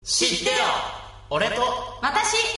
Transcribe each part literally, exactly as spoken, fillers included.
知ってよ俺と私。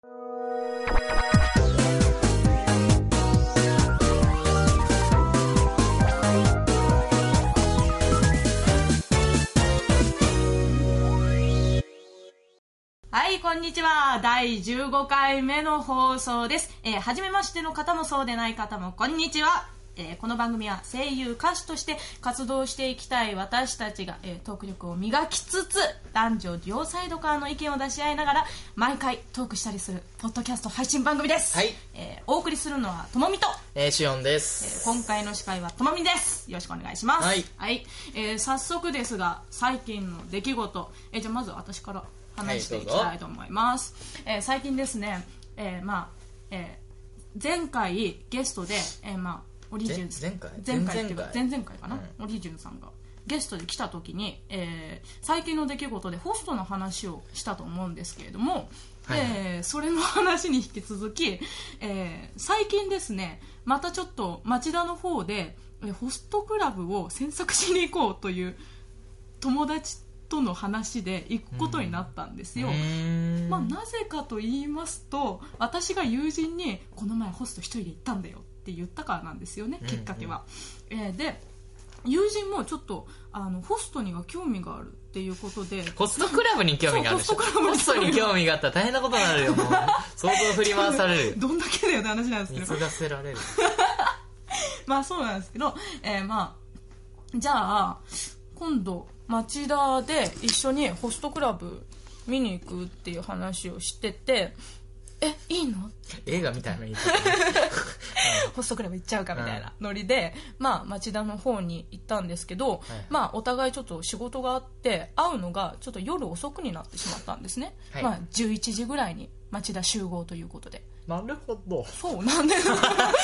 はい、こんにちは。だいじゅうごかいめの放送です。えー、初めましての方もそうでない方もこんにちは。えー、この番組は声優歌手として活動していきたい私たちが、えー、トーク力を磨きつつ男女両サイドからの意見を出し合いながら毎回トークしたりするポッドキャスト配信番組です。 はい、 えー、お送りするのはともみと、 えー、しおんです。 えー、今回の司会はともみです。よろしくお願いします。 はい、 はい。えー、早速ですが最近の出来事、えー、じゃあまず私から話していきたいと思います。はい、えー、最近ですね、えー、まあ、えー、前回ゲストで、えー、まあオリジュン前回前回っていうか前々回かな、うん、オリジュンさんがゲストで来た時に、えー、最近の出来事でホストの話をしたと思うんですけれども、はいはい、えー、それの話に引き続き、えー、最近ですねまたちょっと町田の方で、えー、ホストクラブを詮索しに行こうという友達との話で行くことになったんですよ。まあ、なぜかと言いますと私が友人にこの前ホスト一人で行ったんだよって言ったからなんですよね、きっかけは。うんうん、えー、で友人もちょっとあのホストには興味があるっていうことでホストクラブに興味があるしホストに興味があったら大変なことになるよ。もう相当振り回されるどんだけだよって話なんですけど水がせられるまあそうなんですけど、えー、まあじゃあ今度町田で一緒にホストクラブ見に行くっていう話をしてて、え、いいの？ 映画みたいなのいいホストクラブ行っちゃうかみたいなノリで、まあ町田の方に行ったんですけど、はい、まあお互いちょっと仕事があって会うのがちょっと夜遅くになってしまったんですね。はい、まあじゅういちじぐらいに町田集合ということで。 なるほど。 そうなんですで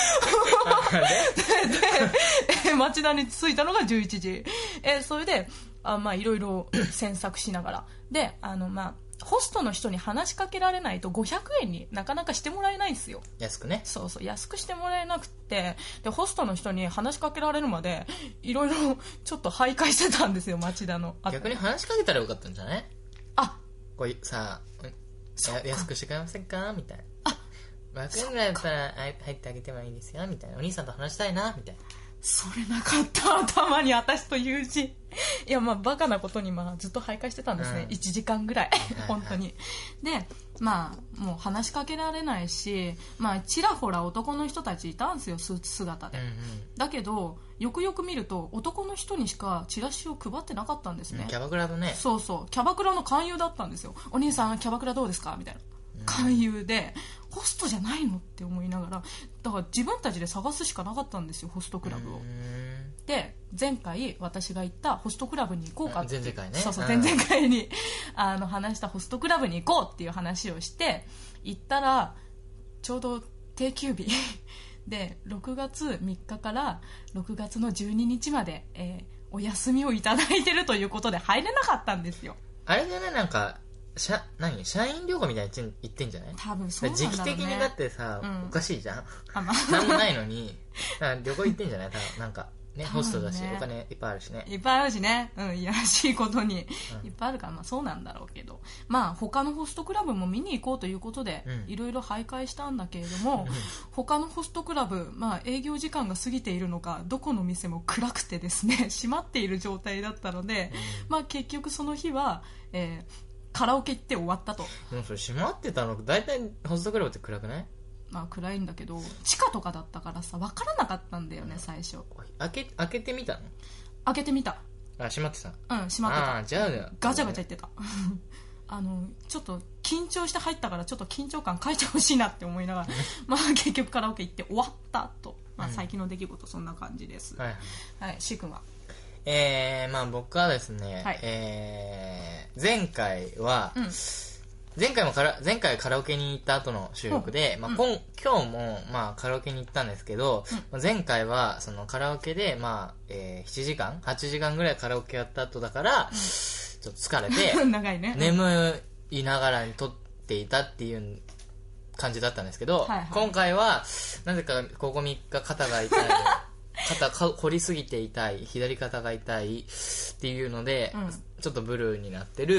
で町田に着いたのがじゅういちじ。えそれであまあいろいろ詮索しながらであのまあホストの人に話しかけられないとごひゃくえんになかなかしてもらえないんですよ。 安くね。 そうそう安くしてもらえなくてでホストの人に話しかけられるまでいろいろちょっと徘徊してたんですよ町田の。 逆に話しかけたらよかったんじゃない？ あこうさあ安くしてくれませんかみたいな。 あごひゃくえんぐらいだったら入ってあげてもいいですよみたいな。お兄さんと話したいなみたいな。 それなかった頭に私と友人いやまあバカなことにまあずっと徘徊してたんですね、うん、いちじかんぐらい本当に。でまあもう話しかけられないしまあちらほら男の人たちいたんですよスーツ姿で、うんうん、だけどよくよく見ると男の人にしかチラシを配ってなかったんですね、うん、 キャバクラのね。 そうそうキャバクラの勧誘だったんですよ。お兄さんキャバクラどうですかみたいな勧誘で、ホストじゃないのって思いながらだから自分たちで探すしかなかったんですよホストクラブを。で前回私が行ったホストクラブに行こうかって、 前々回ね。 そうそう前々回にあの話したホストクラブに行こうっていう話をして行ったらちょうど定休日でろくがつみっかからろくがつのじゅうににちまで、えー、お休みをいただいてるということで入れなかったんですよ。 あれじゃねなんか社何社員旅行みたいに言ってんじゃない？ 多分そうなんだろうね。 時期的にだってさ、うん、おかしいじゃん。 あ、まあ、 なんもないのに旅行行ってんじゃない？多分なんかねホストだし、ね、お金いっぱいあるしね。 いっぱいあるしね。うん、いやらしいことに、うん、いっぱいあるからまあそうなんだろうけどまあ他のホストクラブも見に行こうということでいろいろ徘徊したんだけれども、うん、他のホストクラブまあ営業時間が過ぎているのかどこの店も暗くてですね閉まっている状態だったので、うん、まあ結局その日は、えーカラオケ行って終わったと。 でもそれ閉まってたの大体ホストクラブって暗くない？ まあ暗いんだけど地下とかだったからさ分からなかったんだよね、うん、最初。 開け開けてみたの？ 開けてみた。 あ閉まってた。 うん閉まってた。 あじゃあガチャガチャ言ってたあのちょっと緊張して入ったからちょっと緊張感書いてほしいなって思いながらまあ結局カラオケ行って終わったと、まあ、最近の出来事そんな感じです、うん、はいはい。しーくんは？ えー、まあ僕はですね、はい、えー、前回は、うん、前回もカラ前回カラオケに行った後の収録で、うん、まあ、今今日もまあカラオケに行ったんですけど、うん、前回はそのカラオケでまあ、えー、しちじかんはちじかんぐらいカラオケやった後だから、うん、ちょっと疲れて長いね、 眠いながらに撮っていたっていう感じだったんですけど、はいはい、今回はなぜかここみっか肩が痛い肩凝りすぎて痛い左肩が痛いっていうので、うん、ちょっとブルーになってる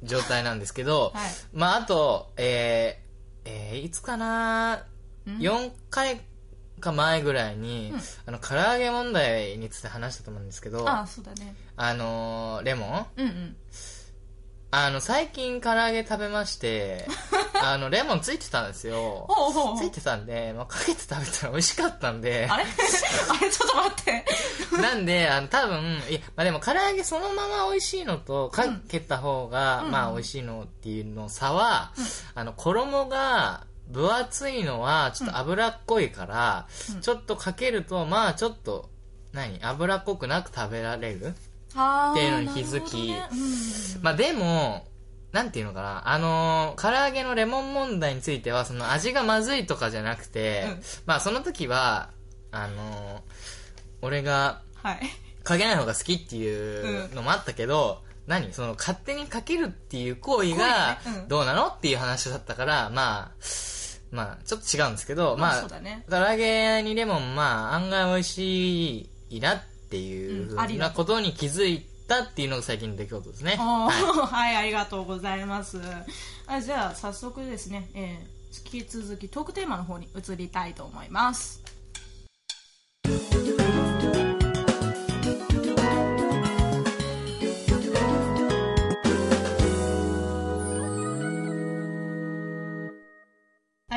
状態なんですけど、 はい、 まああと、えー、えー、いつかな、よんかいか前ぐらいに、うん、あの唐揚げ問題について話したと思うんですけど、 あ、そうだね、 あのー、レモン、 うんうん、 あの最近唐揚げ食べましてあのレモンついてたんですよ。 ほうほうほう、 ついてたんで、まあ、かけて食べたら美味しかったんであれあれちょっと待ってなんであの多分いや、まあ、でも唐揚げそのまま美味しいのとかけた方が、うん、まあ美味しいのっていうの差は、うん、あの衣が分厚いのはちょっと脂っこいから、うん、ちょっとかけるとまあちょっと何脂っこくなく食べられるっていうのに気づき、ね、うん、まあでもなんていうのかな、あのー、唐揚げのレモン問題についてはその味がまずいとかじゃなくて、うん、まあその時はあのー、俺がかけない方が好きっていうのもあったけど、うん、何その勝手にかけるっていう行為がどうなのっていう話だったから、まあまあちょっと違うんですけど、まあ、まあね、唐揚げにレモンまあ案外美味しいなっていうふうなことに気づいたっていうのが最近の出来事ですね。 はい、はい、ありがとうございます。あ、じゃあ早速ですね、えー、引き続きトークテーマの方に移りたいと思います。はい、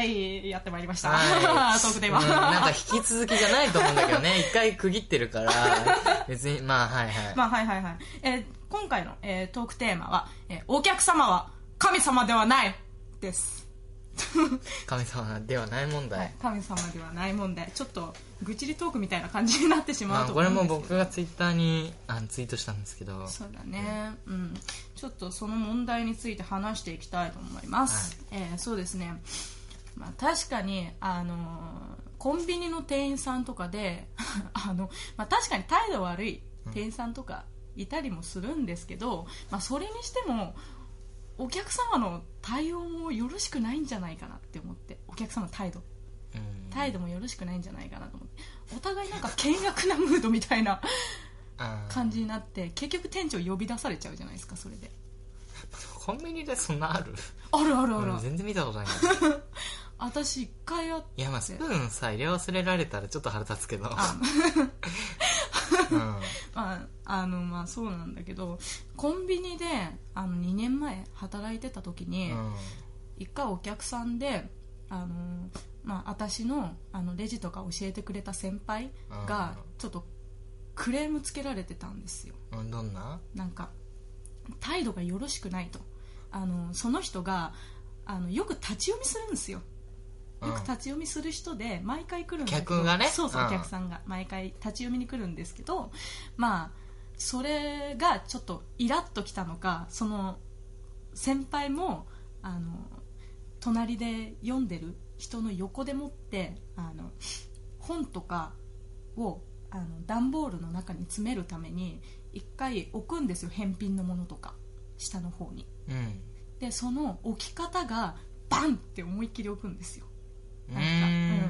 やってまいりました。はい、トークテーマ、うん。 なんか引き続きじゃないと思うんだけどね。一回区切ってるから、別に、まあはいはい。 まあはいはいはい。えー、今回の、えー、トークテーマは、えー、お客様は神様ではないです。 神様ではない問題、はい、 神様ではない問題。ちょっと愚痴りトークみたいな感じになってしまうと思うんですけど、 まあ、これも僕がツイッターにあのツイートしたんですけど、 そうだね、うん、うん、ちょっとその問題について話していきたいと思います、はい、えー、そうですね、まあ、確かに、あのー、コンビニの店員さんとかであの、まあ、確かに態度悪い店員さんとかいたりもするんですけど、まあ、それにしてもお客様の対応もよろしくないんじゃないかなって思って、お客様の態度態度もよろしくないんじゃないかなと思って、お互いなんか険悪なムードみたいな感じになって、結局店長呼び出されちゃうじゃないですか。それでコンビニでそんなあるあるあるある、 全然見たことないな私一回あって、 いや、まあスプーンさ入れ忘れられたらちょっと腹立つけどあ、 うん、まああのまあそうなんだけど、コンビニであのにねんまえ働いてた時に、うん、一回お客さんであの、まあ、私 の, あのレジとか教えてくれた先輩がちょっとクレームつけられてたんですよ。 うん、どんな？ なんか態度がよろしくないと、あのその人があのよく立ち読みするんですよ。よく立ち読みする人で毎回来るんだけど、 客がね、 そうそう、お客さんが毎回立ち読みに来るんですけど、まあそれがちょっとイラッときたのか、その先輩もあの隣で読んでる人の横でもってあの本とかをあの段ボールの中に詰めるために一回置くんですよ、返品のものとか下の方に、うん、でその置き方がバンって思いっきり置くんですよ。なんか、うん、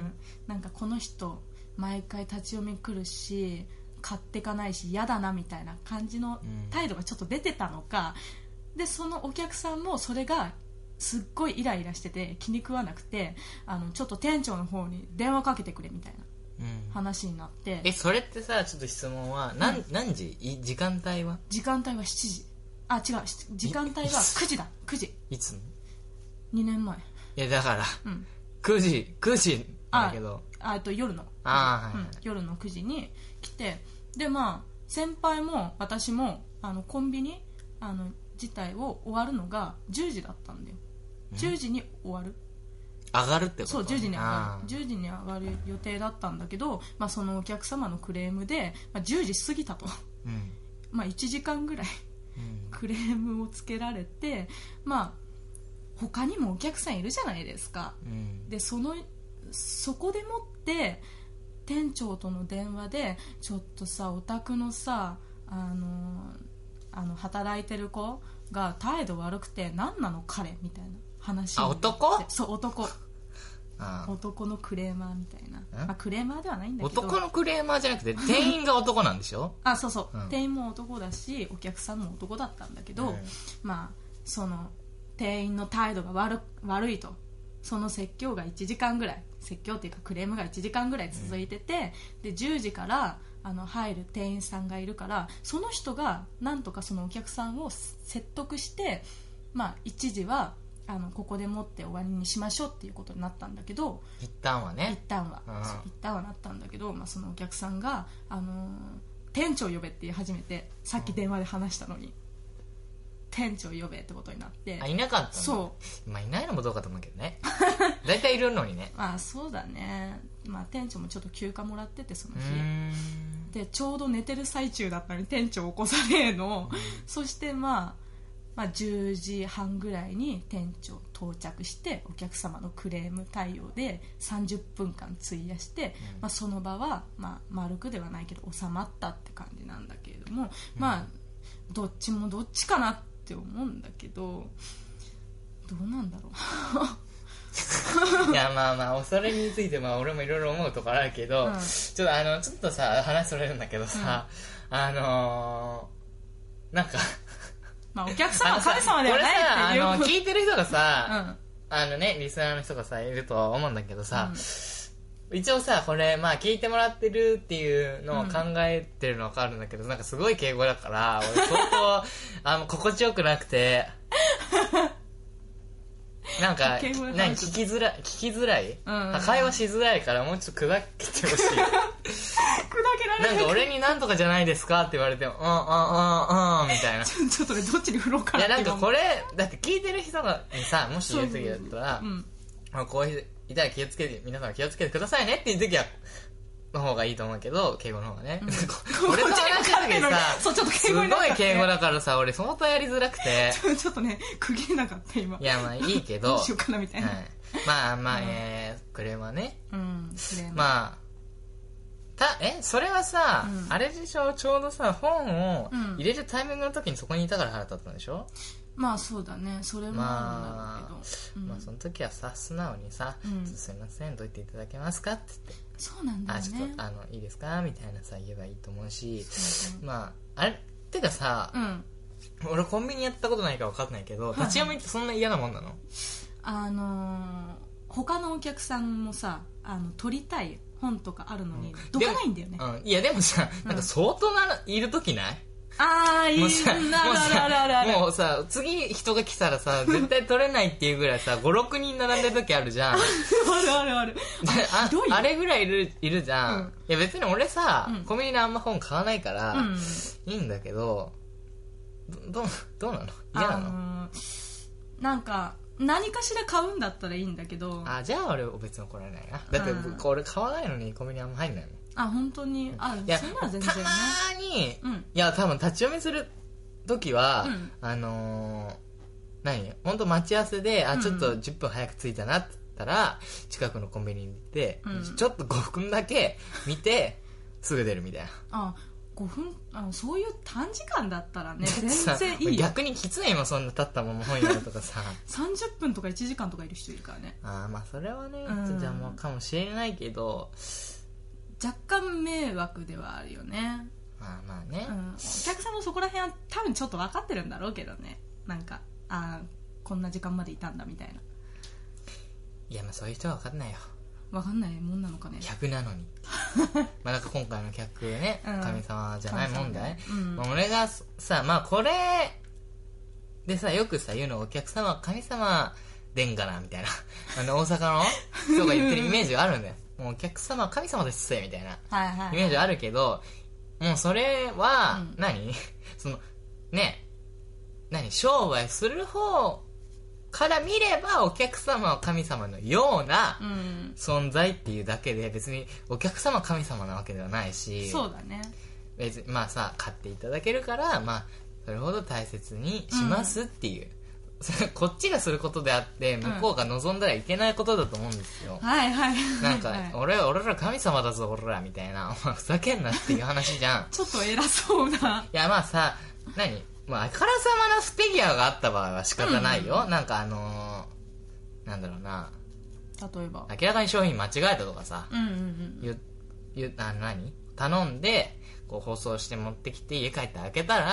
なんかこの人毎回立ち読み来るし買ってかないし嫌だなみたいな感じの態度がちょっと出てたのか、でそのお客さんもそれがすっごいイライラしてて気に食わなくて、あのちょっと店長の方に電話かけてくれみたいな話になって、うん、 えそれってさ、ちょっと質問は何、うん、何時い時間帯は時間帯はしちじ、あ違う、時間帯はくじだ、くじ。 いつのにねんまえ。 いやだから、うん、くじくじだけど、 ああと夜のあ、はいはい、 うん、夜のくじに来て、でまあ先輩も私もあのコンビニあの自体を終わるのがじゅうじだったんだよ。じゅうじに終わる、 上がるってこと？ そう、じゅうじに上がる、じゅうじに上がる予定だったんだけど、まあ、そのお客様のクレームで、まあ、じゅうじ過ぎたと、うん、まあいちじかんぐらいクレームをつけられて、まあ他にもお客さんいるじゃないですか、うん、でそのそこでもって店長との電話でちょっとさ、お宅のさあのあの働いてる子が態度悪くて何なの彼みたいな話。 あ、男？ そう、男ああ男のクレーマーみたいな、まあ、クレーマーではないんだけど、 男のクレーマーじゃなくて店員が男なんでしょ？ あ、そうそう、うん、店員も男だしお客さんも男だったんだけど、うん、まあその店員の態度が 悪, 悪いと、その説教がいちじかんぐらい、説教っていうかクレームがいちじかんぐらい続いてて、うん、でじゅうじからあの入る店員さんがいるから、その人がなんとかそのお客さんを説得して、まあ、いちじはあのここでもって終わりにしましょうっていうことになったんだけど、 一旦はね一旦は、うん、一旦はなったんだけど、まあ、そのお客さんが、あのー、店長呼べって言い始めて、さっき電話で話したのに、うん、店長呼べってことになって。 あ、いなかったの？ そう、 まあ、いないのもどうかと思うけどね大体いるのにね。 まあそうだね、まあ、店長もちょっと休暇もらってて、その日でちょうど寝てる最中だったのに店長起こされーの、うん、そして、まあ、まあじゅうじはんぐらいに店長到着して、お客様のクレーム対応でさんじゅっぷんかん費やして、うん、まあ、その場は、まあ、丸くではないけど収まったって感じなんだけれども、うん、まあどっちもどっちかなって思うんだけど、どうなんだろういや、まあまあそれについて、まあ俺もいろいろ思うところあるけど、うん、ちょっとあのちょっとさ話それるんだけどさ、うん、あのー、なんかまあお客様は神様ではないっていう、 あの聞いてる人がさ、うん、あのねリスナーの人がさいるとは思うんだけどさ、うん、一応さこれまあ聞いてもらってるっていうのを考えてるのは分かるんだけど、うん、なんかすごい敬語だから俺相当あの心地よくなくてなんか何聞きづらい聞きづらい、うんうん、会話しづらいからもうちょっと砕けてほしい砕けられない。 なんか俺になんとかじゃないですかって言われてもうんうんうんうんみたいなちょ, ちょっとねどっちに振ろうかな。 いやなんかこれだって聞いてる人がにさもし言う時だったら、うんまあ、こういういたら気をつけて皆さん気をつけてくださいねっていう時はの方がいいと思うけど、敬語の方がね、うん、俺と話した時にさそうちょっと敬語になった、ね、すごい敬語だからさ俺相当やりづらくてちょ, ちょっとね区切れなかった今。 いやまあいいけどどうしようかなみたいな、はい、 まあまあ、うん、えー、クレームはね、 うん、クレームまあたえそれはさ、うん、あれでしょ、ちょうどさ本を入れるタイミングの時にそこにいたから腹立ったんでしょ。 まあそうだね、それもあるんだろうけど、まあ、 うん、まあその時はさ素直にさ、うん、すいませんどいていただけますかって言って、 そうなんだよね、 あちょっとあのいいですかみたいなさ言えばいいと思うし、うん、まああれてかさ、うん、俺コンビニやったことないから分かんないけど、立ち読みってそんな嫌なもんなの？ あのー、他のお客さんもさあの撮りたい本とかあるのに、うん、どかないんだよね、 うん、いやでもさなんか相当な、いる時ない？ ああいいな、あるあるあるもうさ次人が来たらさ絶対取れないっていうぐらいさごろくにん並んでる時あるじゃんあるあるあるあ, あ, あれぐらいいるいるじゃん、うん、いや別に俺さ、うん、コンビニであんま本買わないから、うん、いいんだけど ど, ど, どうなの嫌なの、 あのー、なんか何かしら買うんだったらいいんだけど、 あじゃあ俺別に怒られないな。だって俺買わないのにコンビニあんま入んないもん。 あ本当に、あいやそんな全然ね、 たまに、うん、いや多分立ち読みする時は、うん、あのー、何本当待ち合わせであちょっとじゅっぷん早く着いたなって言ったら、うん、近くのコンビニに行って、うん、ちょっとごふんだけ見てすぐ出るみたいな。 あごふんあそういう短時間だったらね全然いいよ。 逆にきついもんそんな立ったまま本読むとかささんじゅっぷんとかいちじかんとかいる人いるからね。 あまあそれはね、うん、邪魔かもしれないけど若干迷惑ではあるよね。 まあまあね、 うん、お客さんもそこら辺は多分ちょっと分かってるんだろうけどね。なんかあこんな時間までいたんだみたいな。 いやまあそういう人は分かんないよ。 分かんないもんなのかね。 客なのにまあなんか今回の客ね、うん、神様じゃない問題、うんまあ、俺がさまあこれでさよくさ言うのお客様は神様でんがなみたいなあの大阪の人が言ってるイメージがあるんだよもうお客様は神様ですみたいなイメージあるけど、もうそれは何、うん、そのね何商売する方から見ればお客様は神様のような存在っていうだけで別にお客様は神様なわけではないし、 そうだね別にまあさ買っていただけるからまあそれほど大切にしますっていう、うん、こっちがすることであって向こうが望んだらいけないことだと思うんですよ、 うん、はいはいなんか、はい、俺, 俺ら神様だぞ俺らみたいなふざけんなっていう話じゃんちょっと偉そうな。 いやまあさ何まあ、あからさまなスペギュアがあった場合は仕方ないよ、うんうん、なんかあのー、なんだろうな例えば明らかに商品間違えたとかさ、 うんうんうん、 ゆゆあ何頼んでこう包装して持ってきて家帰って開けたら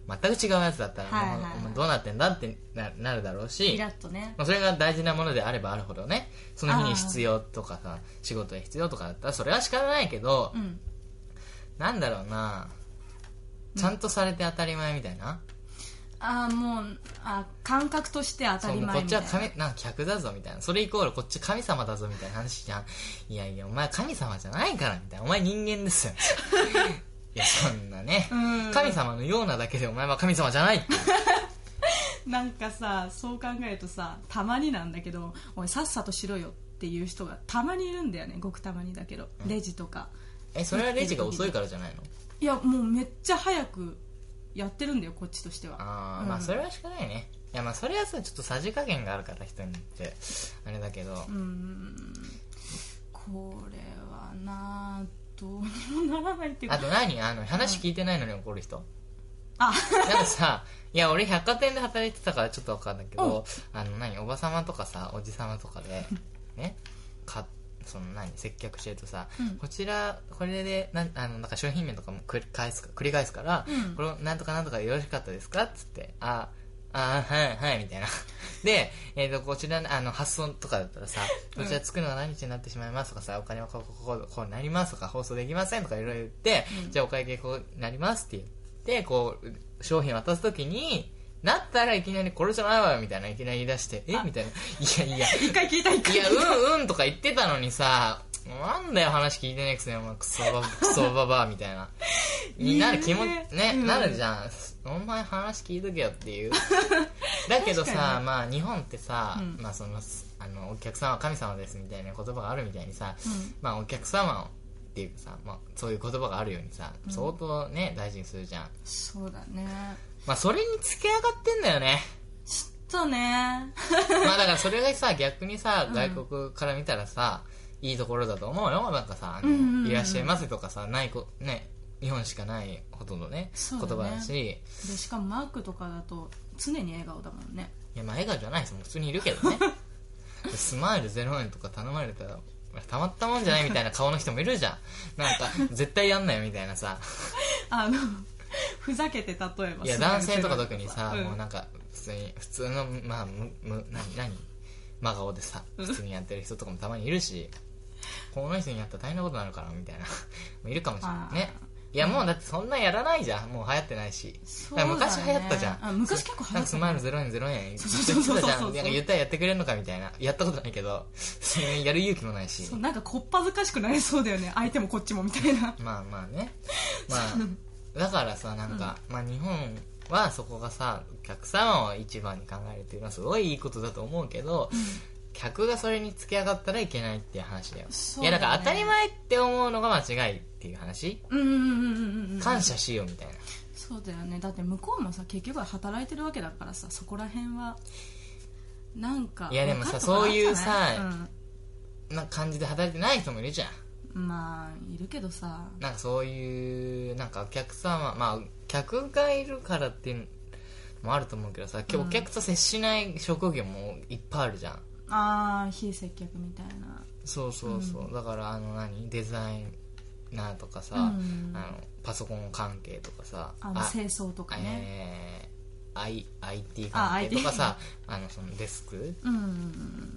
全く違うやつだったら、はいはいはい、もうどうなってんだって な, なるだろうし、 イラッとね、 まあ、それが大事なものであればあるほどね、その日に必要とかさ、仕事で必要とかだったらそれは仕方ないけど、うん、なんだろうな、ちゃんとされて当たり前みたいな、 うん、ああもうあ感覚として当たり前みたいな、 こっちは神なんか客だぞみたいな、それイコールこっち神様だぞみたいな話じゃん。いやいやお前神様じゃないからみたいな、お前人間ですよいやそんなね、神様のようなだけでお前は神様じゃないってなんかさ、そう考えるとさ、たまになんだけど、おいさっさとしろよっていう人がたまにいるんだよね、ごくたまにだけど、うん、レジとか。 え、それはレジが遅いからじゃないの？ いやもうめっちゃ早くやってるんだよこっちとしては。 ああ、うん、まあそれはしかないね。いやまあそれはさちょっとさじ加減があるから人によってあれだけど、うーん、 これはなどうにもならないっていうか。 あと何あの話聞いてないのに怒る人、うん、あなんかさ、いや俺百貨店で働いてたからちょっと分かんないけど、あの何おばさまとかさおじさまとかでねかその何接客してるとさ、うん、こちらこれでなあのなんか商品名とかも繰り返す繰り返すから、うん、これなんとかなんとかでよろしかったですかっつって、ああはいはいみたいなで、えー、とこちらあの発送とかだったらさ、こちら作るのが何日になってしまいますとかさ、お金はこうこうこうこうなりますとか放送できませんとかいろいろ言って、うん、じゃあお会計こうなりますって言ってこう商品渡すときになったらいきなりこれじゃないわよみたいないきなり言い出して、えみたいな、いやいや一回聞いた一回聞いた、 いやうんうんとか言ってたのにさ、なんだよ話聞いてねえくせにお前クソババクソババみたいなになる気もね、うん、なるじゃん。お前話聞いとけよっていうだけどさ、まあ日本ってさ、うん、まあそのあのお客様は神様ですみたいな言葉があるみたいにさ、うん、まあお客様をっていうかさ、まあ、そういう言葉があるようにさ、うん、相当ね大事にするじゃん。 そうだね。 まあそれに付け上がってんだよねちょっとねまあだからそれがさ逆にさ、うん、外国から見たらさいいところだと思うよ。なんかさあの、うんうんうん、いらっしゃいませとかさないこね日本しかないほとんど ね, ね言葉だし、でしかもマークとかだと常に笑顔だもんね。 いやまあ笑顔じゃないですもん普通にいるけどねスマイルゼロえんとか頼まれたらたまったもんじゃないみたいな顔の人もいるじゃんなんか絶対やんなよみたいなさあのふざけて例えばいや男性とか特にさ、うん、もうなんか普通に普通のまあむむ何何真顔でさ普通にやってる人とかもたまにいるしこの人にやったら大変なことになるからみたいないるかもしれないね。いやもうだってそんなやらないじゃん、もう流行ってないし、ね、昔流行ったじゃん。 あ昔結構流行った、ね、 スマイルゼロえんゼロえんずっと言ってたじゃん。なんか言ったらやってくれるのかみたいな、やったことないけどやる勇気もないし、 そうなんかこっぱずかしくなりそうだよね、相手もこっちもみたいなまあまあね、まあだからさなんか、うん、まあ日本はそこがさお客様を一番に考えるっていうのはすごいいいことだと思うけど、うん、客がそれに付け上がったらいけないっていう話だよ。だね、いやだから当たり前って思うのが間違いっていう話。うんうんうんうん、感謝しようみたいな。 そうだよね。だって向こうもさ結局は働いてるわけだからさ、そこら辺はなんかいやでもさそういうさ、うん、な感じで働いてない人もいるじゃん。まあいるけどさ、 なんかそういうなんかお客様まあ客がいるからっていうのもあると思うけどさ、今日お客と接しない職業もいっぱいあるじゃん。 ああ非接客みたいな。 そうそうそう、うん、だからあの何デザイナーとかさ、うん、あのパソコン関係とかさ、 あの清掃とかね、 えー、I、アイティー 関係とかさ、あのそのデスク、うん、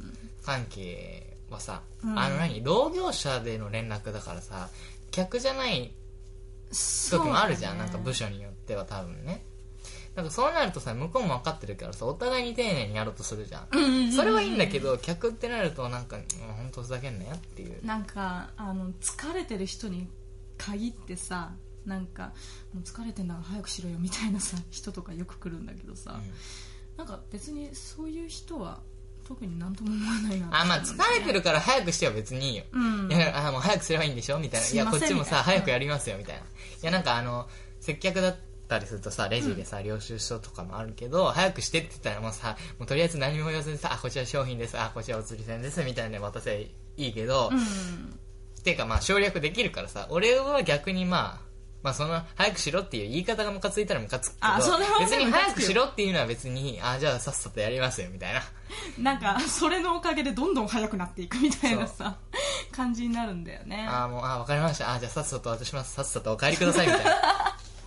関係はさ、うん、あの何同業者での連絡だからさ客じゃない時もあるじゃん、ね、なんか部署によっては多分ね。なんかそうなるとさ向こうも分かってるからさお互いに丁寧にやろうとするじゃん、うんうんうん、それはいいんだけど客ってなるとなんか本当ふざけんなよっていう。 なんかあの疲れてる人に限ってさなんかもう疲れてんだから早くしろよみたいなさ人とかよく来るんだけどさ、うん、なんか別にそういう人は特になんとも思わないなって、ね、 あまあ疲れてるから早くしては別にいいよ、うん、いやあもう早くすればいいんでしょみたいな、いやこっちもさ早くやりますよみたいな、いやなんかあの接客だってたりするとさレジでさ、うん、領収書とかもあるけど早くしてって言ったらもうさもうとりあえず何も言わずにさあこちら商品ですあこちらお釣り銭ですみたいなの渡せばいいけど、うん、っていうかまあ省略できるからさ俺は逆にまあまあその早くしろっていう言い方がムカついたらムカつくけど別に早くしろっていうのは別にあじゃあさっさとやりますよみたいななんかそれのおかげでどんどん早くなっていくみたいなさ感じになるんだよね。 あもうあ分かりましたあじゃあさっさと渡しますさっさとお帰りくださいみたいな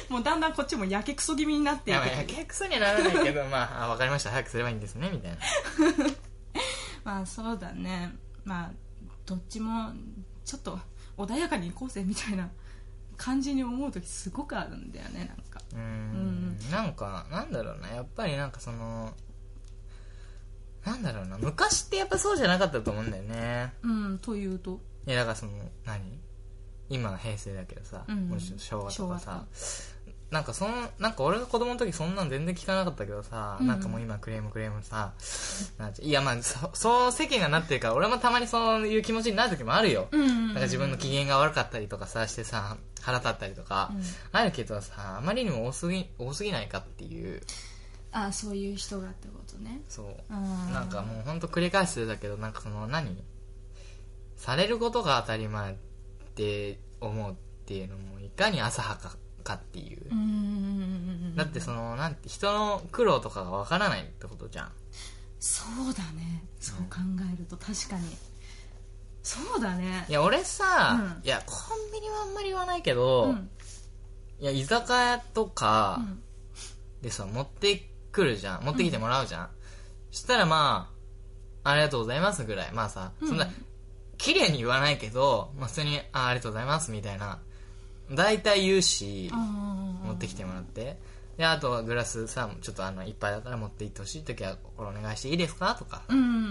もうだんだんこっちもやけくそ気味になっていく。 いや、やけくそにはならないけどまあ分かりました、早くすればいいんですねみたいな。 まあそうだね、まあどっちもちょっと穏やかにいこうぜみたいな感じに思う時すごくあるんだよね。なんかうーん、うん、なんかなんだろうな、やっぱりなんかそのなんだろうな、昔ってやっぱそうじゃなかったと思うんだよね。 うんというと、 いやだからその何今は平成だけどさ、うん、もし昭和とかさ、なんかそのなんか俺が子供の時そんなん全然聞かなかったけどさ、うん、なんかもう今クレームクレームさ、なんいやまあ そ, そう世間がなってるから俺もたまにそういう気持ちになる時もあるよ、うんうんうん、なんか自分の機嫌が悪かったりとかさしてさ腹立ったりとか、うん、あるけどさ、あまりにも多すぎ多すぎないかっていう。 あ、そういう人がってことね。 そうなんかもうほんと繰り返してだけど、なんかその何されることが当たり前って思うっていうのもいかに浅はかかっていう。うーん、だってそのなんて人の苦労とかがわからないってことじゃん。 そうだね、そう考えると確かにそうだね。 いや俺さ、うん、いやコンビニはあんまり言わないけど、うん、いや居酒屋とかでさ、持ってくるじゃん、持ってきてもらうじゃん、うん、したらまあありがとうございますぐらい、まあさ、うん、そんな綺麗に言わないけど、まあ、普通に あ, ありがとうございますみたいな大体言うし、持ってきてもらって、であとはグラスさちょっとあのいっぱいだから持っていってほしいときはこれお願いしていいですかとか、うんうんうん、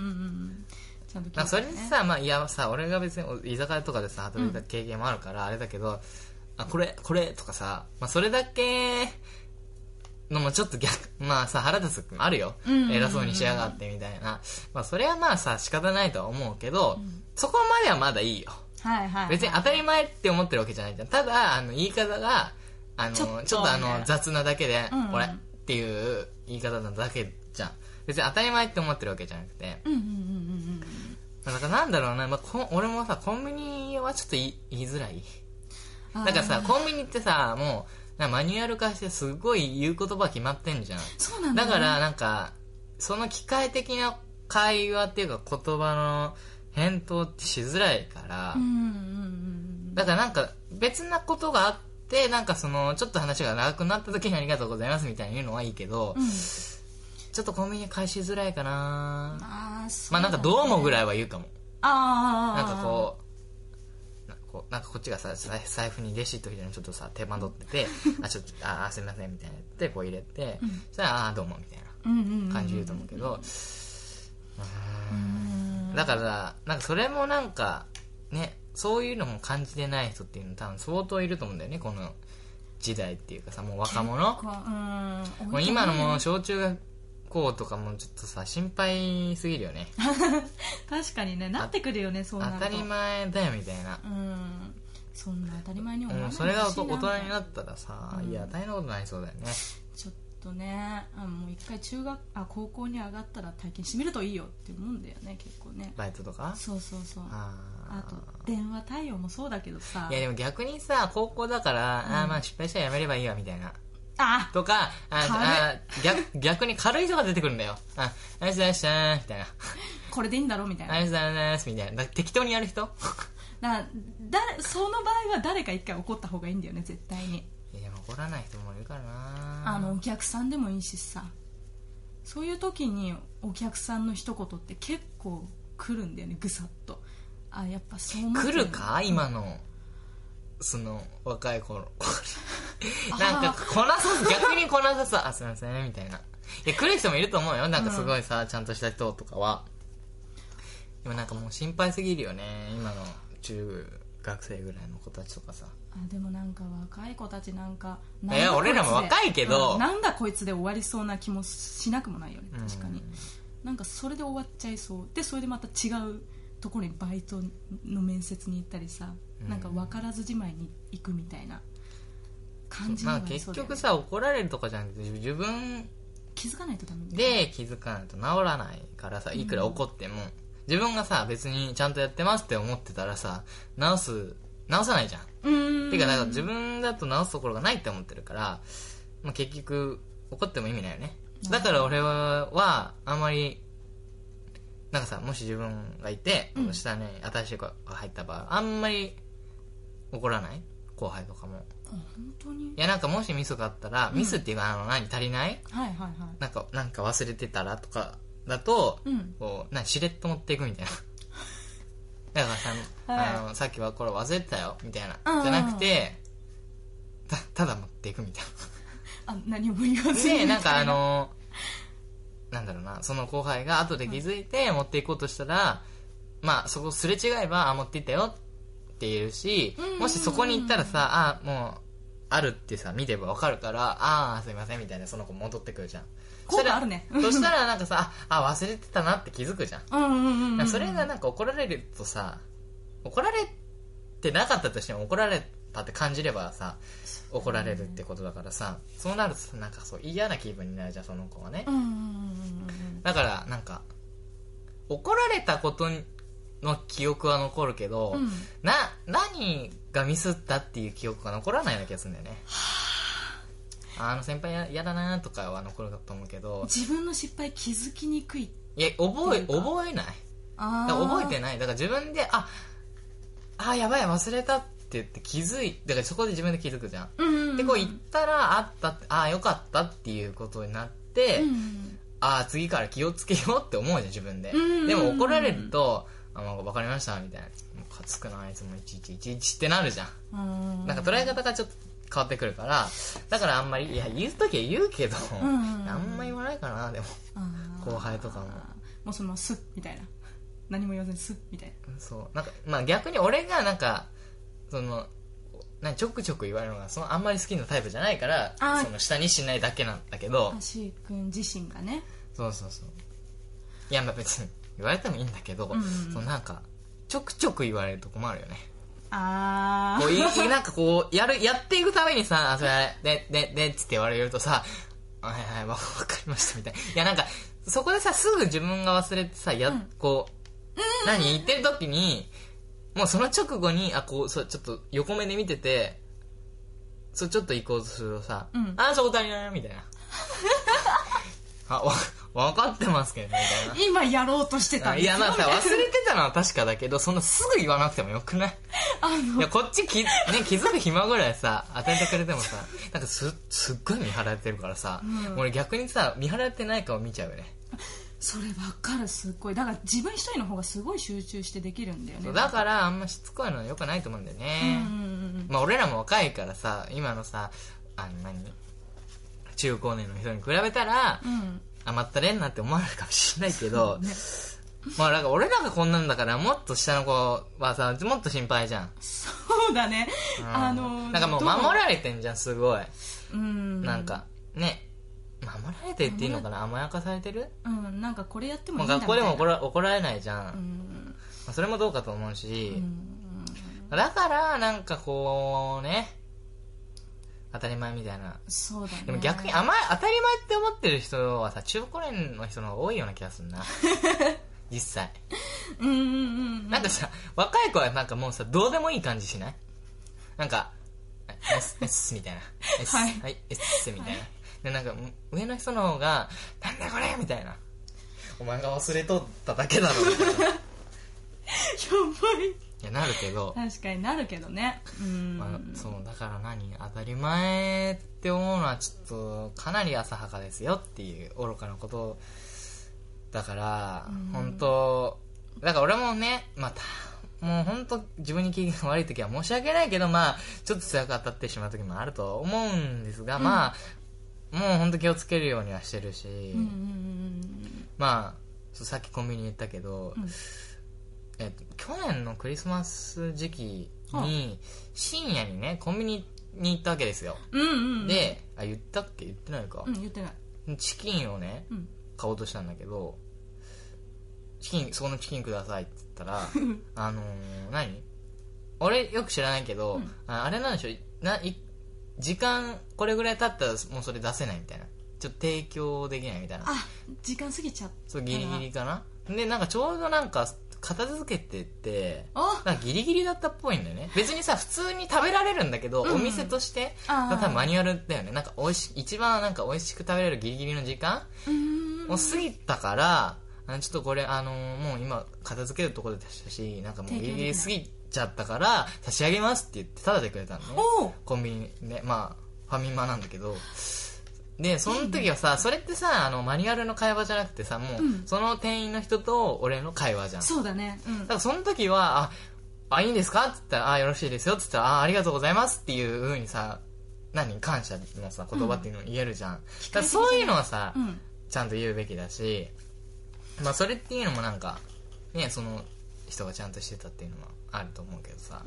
ちゃんと聞いてね。まあ、それでさ、まあ、いやさ俺が別に居酒屋とかでさ働いた経験もあるからあれだけど、うん、あこれこれとかさ、まあ、それだけのもちょっと逆、まあさ腹立つ時もあるよ、うんうんうん、偉そうにしやがってみたいな、まあそれはまあさ仕方ないとは思うけど、うん、そこまではまだいいよ、はいはいはい、別に当たり前って思ってるわけじゃないじゃん。ただあの言い方があのちょっと、ね、ちょっとあの雑なだけで、うんうん、俺っていう言い方なだけじゃん。別に当たり前って思ってるわけじゃなくて、うんうんうんうん、だからなんだろうな、まあ、こ俺もさコンビニはちょっと言い、言いづらい。だからさコンビニってさもうマニュアル化してすごい言う言葉決まってんじゃん。 そうなんだ、ね、 だからなんかその機械的な会話っていうか言葉の返答ってしづらいから、うんうんうん、だからなんか別なことがあってなんかそのちょっと話が長くなった時にありがとうございますみたいに言うのはいいけど、うん、ちょっとコンビニ返しづらいかな。あ、そうだね、まあなんかどうもぐらいは言うかも。あなんかこうこうなんかこっちがさ財布にレシートみたいなのちょっとさ手間取っててあちょっとあすいませんみたいなやってこう入れて、うん、そしたらあどうもみたいな感じ言うと思うけど、うん、だからなんかそれもなんかねそういうのも感じてない人っていうの多分相当いると思うんだよね、この時代っていうかさ、もう若者、うん、もう今のもう小中学校とかもちょっとさ心配すぎるよね確かにね、なってくるよね、そうなると当たり前だよみたいな、 うん、そんな当たり前に思わないし、 それが大人になったらさ、うん、いや大変なことになりそうだよね。 ちょっとね、あもう一回中学あ高校に上がったら体験してみるといいよって思うんだよね、結構ね。 バイトとか、 そうそうそう、ああと電話対応もそうだけどさ、 いやでも逆にさ高校だから、うん、あまあ失敗したらやめればいいわみたいなあとか、ああ 逆, 逆に軽い人が出てくるんだよ。あ、ありがとうございましたみたいな。 これでいいんだろみたいな。 ありがとうございますみたいな。適当にやる人。 だ誰その場合は誰か一回怒った方がいいんだよね、絶対に。 いや怒らない人もいるからな。 あのお客さんでもいいしさ、そういう時にお客さんの一言って結構来るんだよね、ぐさっと。あやっぱそう思って来るか今の。その若い頃なんかこなさす逆にこなささあすいませんみたいな、いや来る人もいると思うよ、なんかすごいさ、うん、ちゃんとした人とかは。でもなんかもう心配すぎるよね今の中学生ぐらいの子たちとかさ。 あでもなんか若い子たちなんかいや俺らも若いけど、 うん、なんだこいつで終わりそうな気もしなくもないよね、確かに、うん、なんかそれで終わっちゃいそうで、それでまた違うところにバイトの面接に行ったりさ、うん、なんか分からずじまいに行くみたいな感じになりそうだよね。 まあ、結局さ怒られるとかじゃなくて自分気づかないとダメで気づかないと治らないからさ、いくら怒っても、うん、自分がさ別にちゃんとやってますって思ってたらさ直す直さないじゃん。うーんてかなんか自分だと直すところがないって思ってるから、まあ、結局怒っても意味ないよね。だから俺は、はあんまりなんかさもし自分がいて、うん、下に新しい子が入った場合あんまり怒らない後輩とかも。 本当に？ いやなんかもしミスがあったら、うん、ミスっていうかあの何足りない、 はいはいはい、 なんかなんか忘れてたらとかだと、うん、こうなんしれっと持っていくみたいなだからさ、はい、あのさっきはこれ忘れてたよみたいな、うん、じゃなくて た, ただ持っていくみたいなあ何も言わずにでなんかあのなんだろうな、その後輩が後で気づいて持っていこうとしたら、うん、まあそこすれ違えばあ持っていったよって言えるし、もしそこに行ったらさ、あもうあるってさ見れば分かるから、ああすいませんみたいな、その子戻ってくるじゃん。 効果あるね。 そしたらなんかさ、あ忘れてたなって気づくじゃん。うんうんうんうん、それがなんか怒られるとさ、怒られてなかったとしても怒られたって感じればさ怒られるってことだからさ、そうなるとなんかそう嫌な気分になるじゃん、その子はね。うんうんうんうん、だからなんか怒られたことの記憶は残るけど、うん、な何がミスったっていう記憶が残らないような気がするんだよね。あの先輩嫌だなとかは残ると思うけど、 自分の失敗気づきにくい。 いや覚え覚えない。あだから覚えてない。だから自分でああやばい忘れたって言って気づいだからそこで自分で気づくじゃん。うんうんうん、でこう言ったらあったあよかったっていうことになって、うんうん、あ次から気をつけようって思うじゃん自分で。うんうんうん、でも怒られるとあ、まあ、分かりましたみたいな、もうかつくなあいつもいちいちいちいちってなるじゃん。うんなんか捉え方がちょっと変わってくるから、だからあんまりいや言うときは言うけど、うんうん、あんま言わないかな。でも後輩とかももうそのまますみたいな、何も言わずにすみたいな。 そうなんかまあ逆に俺がなんかそのなんちょくちょく言われるのがそのあんまり好きなタイプじゃないからその下にしないだけなんだけど、 しーくん自身がね。 そうそうそう、いやまあ別に言われてもいいんだけど、うんうん、そのなんかちょくちょく言われると困るよね。あこういなんかこうやるやっていくためにさ、それでででっつって言われるとさ、はいはいわかりましたみたいな。いやなんかそこでさすぐ自分が忘れてさや、うん、こう、うん、何言ってる時にもうその直後にあこうそうちょっと横目で見てて、そうちょっと行こうとするとさ、うん、あそこ足りないみたいな。あわ分かってますけどねみたいな。 今やろうとしてたんですよ。 いやまあさ忘れてたのは確かだけど、そんなすぐ言わなくてもよくない？あのいやこっちき、ね、気づく暇ぐらいさ当ててくれてもさ、なんか す, すっごい見張られてるからさ、うん、俺逆にさ見張られてない顔見ちゃうよね。 そればっかるすっごい。だから自分一人の方がすごい集中してできるんだよね。 だからあんましつこいのは良くないと思うんだよね。うんうんうん、まあ俺らも若いからさ、今のさあの何中高年の人に比べたら、うん甘ったれんなって思われるかもしれないけど、ね、まあなんか俺らがこんなんだからもっと下の子はさもっと心配じゃん。 そうだね、うん、あのー、 なんかもう守られてんじゃんすごい。うんなんかね守られてっていいのかな、甘やかされてる。 うんなんかこれやってもいいんだみたいな。 学校でも怒ら、怒られないじゃん、うんまあ、それもどうかと思うし、うん、だからなんかこうね当たり前みたいな。 そうだね。 でも逆に甘い当たり前って思ってる人はさ中高年の人の方が多いような気がするな実際。うんうんうん。なんかさ若い子はなんかもうさどうでもいい感じしない？なんかエスエスみたいなエスはいはいエスみたいな。でなんか上の人の方がなんだこれみたいな。お前が忘れとっただけだろみたいな。やばい。いやなるけど確かになるけどね、うんまあ、そうだから何当たり前って思うのはちょっとかなり浅はかですよっていう愚かなことだから、うん、本当だから俺もねまたもう本当自分に機嫌が悪い時は申し訳ないけどまあちょっと強く当たってしまう時もあると思うんですが、うん、まあもう本当気をつけるようにはしてるし、うん、まあさっきコンビニに行ったけど、うんえっと、去年のクリスマス時期に深夜にねコンビニに行ったわけですよ、うんうんうん、であ言ったっけ言ってないか、 うん、言ってない。 チキンをね、うん、買おうとしたんだけどチキンそこのチキンくださいって言ったらあのー、何俺よく知らないけど、うん、あ, あれなんでしょない時間これぐらい経ったらもうそれ出せないみたいな、ちょっと提供できないみたいな。 あ時間過ぎちゃった。 そうギリギリかな。でなんかちょうどなんか片付けててなんかギリギリだったっぽいんだよね。別にさ普通に食べられるんだけど、うん、お店として多分マニュアルだよね。なんかおいし一番なんか美味しく食べれるギリギリの時間を過ぎたからあのちょっとこれあのー、もう今片付けるところでしたしなんかもうギリギリ過ぎちゃったから差し上げますって言ってタダでくれたのね。コンビニね、まあファミマなんだけど、でその時はさ、それってさ、あのマニュアルの会話じゃなくてさ、もう、うん、その店員の人と俺の会話じゃん。 そうだね、うん、 だからその時は、ああいいんですかって言ったら、あよろしいですよって言ったら、あありがとうございますっていう風にさ、何感謝のさ言葉っていうのを言えるじゃん、うん、だからそういうのはさ、うん、ちゃんと言うべきだし、まあそれっていうのもなんかね、その人がちゃんとしてたっていうのはあると思うけどさ、うん、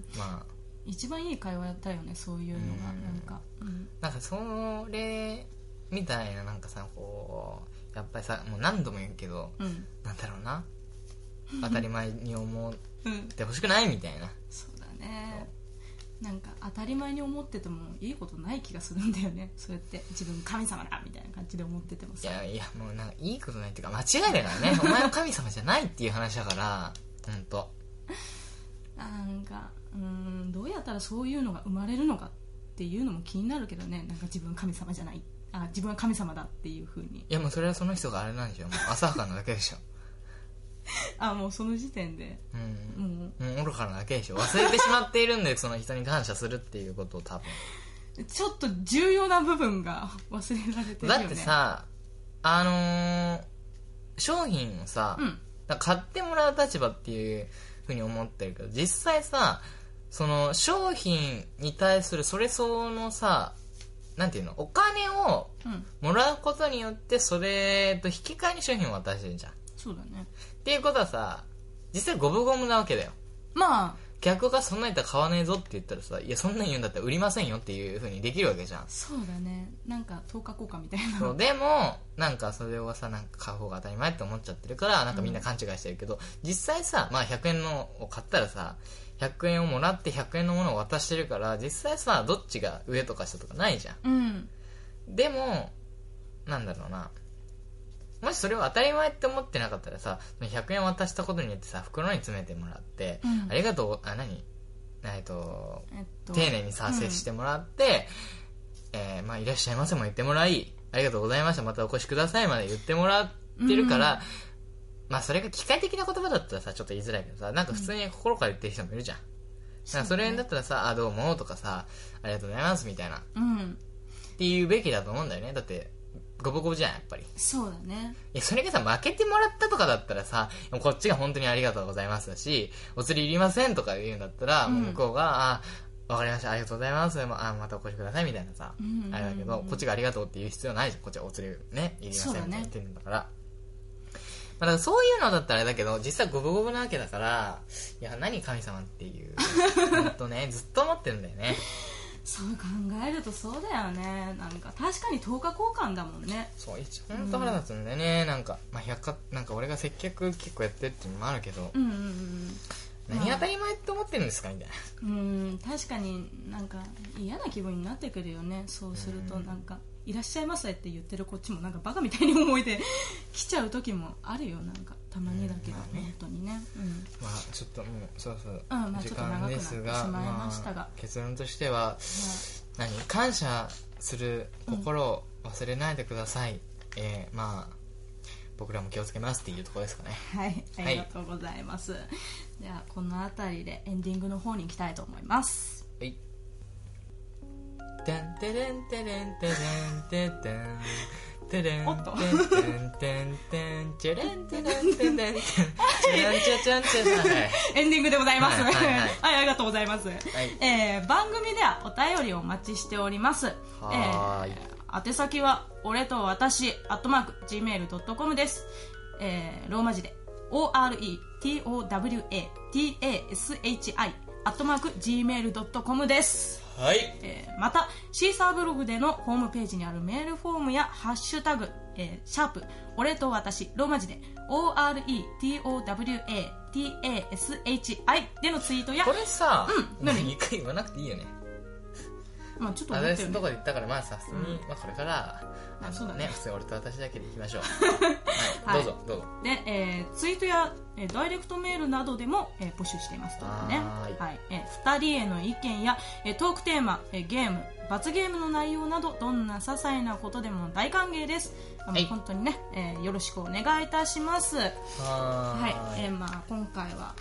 まあ一番いい会話だよね、そういうのが、なんか、 うん、なんかそれみたいな、なんかさ、こうやっぱりさ、もう何度も言うけど、うん、なんだろうな、当たり前に思ってほしくないみたいな、 そうだね、なんか当たり前に思っててもいいことない気がするんだよね、そうやって自分神様だみたいな感じで思っててもさ、 いやいや、もうなんかいいことないっていうか間違いだからねお前の神様じゃないっていう話だから、ほんとなんかうーん、どうやったらそういうのが生まれるのかっていうのも気になるけどね、なんか自分神様じゃない、あ自分は神様だっていう風に、 いやもうそれはその人があれなんでしょ、もう浅はかなだけでしょあ、もうその時点でうん、うん、もう愚かなだけでしょ、忘れてしまっているんでその人に感謝するっていうことを多分ちょっと重要な部分が忘れられてるよね。 だってさ、あのー、商品をさ、うん、買ってもらう立場っていうふうに思ってるけど、実際さ、その商品に対するそれ相応のさ、なんていうの、お金をもらうことによってそれと引き換えに商品を渡してるじゃん。 そうだね。 っていうことはさ、実際五分五分なわけだよ。 まあ客がそんなに言ったら買わねえぞって言ったらさ、いやそんなん言うんだったら売りませんよっていう風にできるわけじゃん。 そうだね、なんか等価交換みたいな。 そうでもなんかそれをさ、なんか買う方が当たり前って思っちゃってるからなんかみんな勘違いしてるけど、うん、実際さ、まあひゃくえんのを買ったらさ、ひゃくえんをもらってひゃくえんのものを渡してるから、実際さどっちが上とか下とかないじゃん、 うん、でもなんだろうな、もしそれを当たり前って思ってなかったらさ、ひゃくえん渡したことによってさ、袋に詰めてもらって、うん、ありがとう、あ、何えっと、えっと、丁寧にさ、接してもらって、うん、えー、まあ、いらっしゃいませも言ってもらい、ありがとうございました、またお越しくださいまで言ってもらってるから、うん、まあ、それが機械的な言葉だったらさ、ちょっと言いづらいけどさ、なんか普通に心から言ってる人もいるじゃん。うん、なんかそれだったらさ、あ、どうもとかさ、ありがとうございますみたいな。うん。っていうべきだと思うんだよね。だって、ゴボゴボじゃん、やっぱり。 そうだね。 いや、それがさ、負けてもらったとかだったらさ、こっちが本当にありがとうございますだし、お釣りいりませんとか言うんだったら、うん、もう向こうが、あ、わかりました、ありがとうございます、まあ、またお越しくださいみたいなさ、うんうんうんうん、あれだけど、こっちがありがとうって言う必要ないじゃん。こっちはお釣りね、いりませんって言ってるんだから。まあ、だからそういうのだったらあれだけど、実際ゴボゴボなわけだから、いや、何神様っていう、ほんとね、ずっと思ってるんだよね。 そう考えるとそうだよね。なんか確かに等価交換だもんね。 そう、一応本当腹立つんだよね、うん、なんか、まあ、百貨なんか俺が接客結構やってるっていうのもあるけど、うんうんうん、何当たり前って思ってるんですかみたいな。 うん、確かになんか嫌な気分になってくるよね。そうするとなんか、いらっしゃいませって言ってるこっちもなんかバカみたいに思えて来ちゃう時もあるよ。なんかたまにだけど、うん、本当にね、うん、 まあちょっともうそうそう、 うんまあ、時間ですが、まあ、 結論としては、まあ、何感謝する心を忘れないでください、うん、えー、まあ僕らも気をつけますっていうところですかね。 はい、ありがとうございます、はい、ではこの辺りでエンディングの方に行きたいと思います。はい。 てんてれんてれんてれんててんてれんおっとてんてんてんちゃれんてれんてんてんてんちゃらんちゃちゃんちゃらん、 エンディングでございます。はい、はいはい、ありがとうございます、はい。えー、番組ではお便りをお待ちしております。はい、えー、宛先は俺と私アットマーク ジーメールドットコム です。えー、ローマ字で オーアールイーティーオーダブリューエーティーエーエスエイチアイ アットマーク ジーメールドットコム です。 はい。 えー、またシーサーブログでのホームページにあるメールフォームやハッシュタグ、えー、シャープ俺と私ローマ字で オーアールイーティーオーダブリューエーティーエーエスエイチアイ でのツイートや、 これさ、 うん、何にかい言わなくていいよね。 まあちょっとアドレスのとこで言ったから、まあさ普通に、うん、まあこれからあそうだね、 普通に俺と私だけでいきましょう。はい、どうぞどうぞ。 で、えー、ツイートや、えー、ダイレクトメールなどでも、えー、募集していますのでね。はい、はい、えー、ふたりへの意見や、えー、トークテーマ、えー、ゲーム罰ゲームの内容などどんな些細なことでも大歓迎です。あの、はい、本当にね、えー、よろしくお願いいたします。はーい、 はい、えー、まあ今回は、えー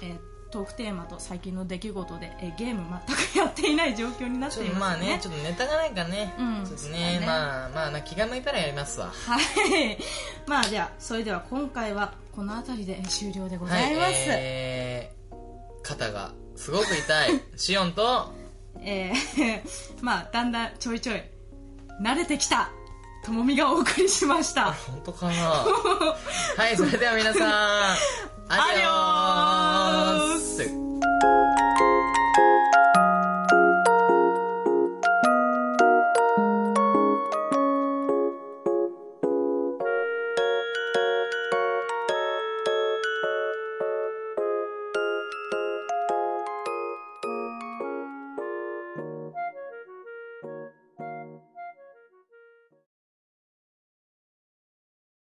トークテーマと最近の出来事でえゲーム全くやっていない状況になっていますね。 まあね、ちょっとネタがないからね、うん、ちょっとね、ね、まあまあ気が向いたらやりますわ。 はいまあじゃあそれでは今回はこの辺りで終了でございます。はい、 えー、肩がすごく痛いシオンとえー、まあだんだんちょいちょい慣れてきたともみがお送りしました。 本当かなはい、それでは皆さんアディオース。